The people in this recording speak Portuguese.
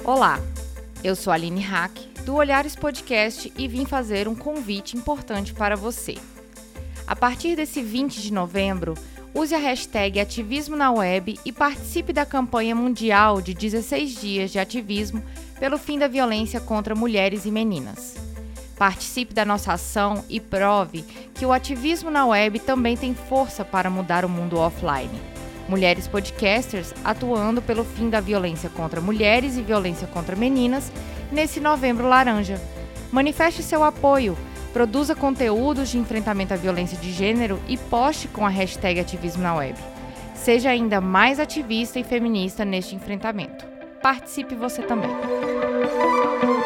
Olá, eu sou a Aline Hack, do Olhares Podcast, e vim fazer um convite importante para você. A partir desse 20 de novembro, use a hashtag Ativismo na Web e participe da campanha mundial de 16 dias de ativismo pelo fim da violência contra mulheres e meninas. Participe da nossa ação e prove que o ativismo na web também tem força para mudar o mundo offline. Mulheres podcasters atuando pelo fim da violência contra mulheres e violência contra meninas nesse Novembro Laranja. Manifeste seu apoio, produza conteúdos de enfrentamento à violência de gênero e poste com a hashtag Ativismo na Web. Seja ainda mais ativista e feminista neste enfrentamento. Participe você também.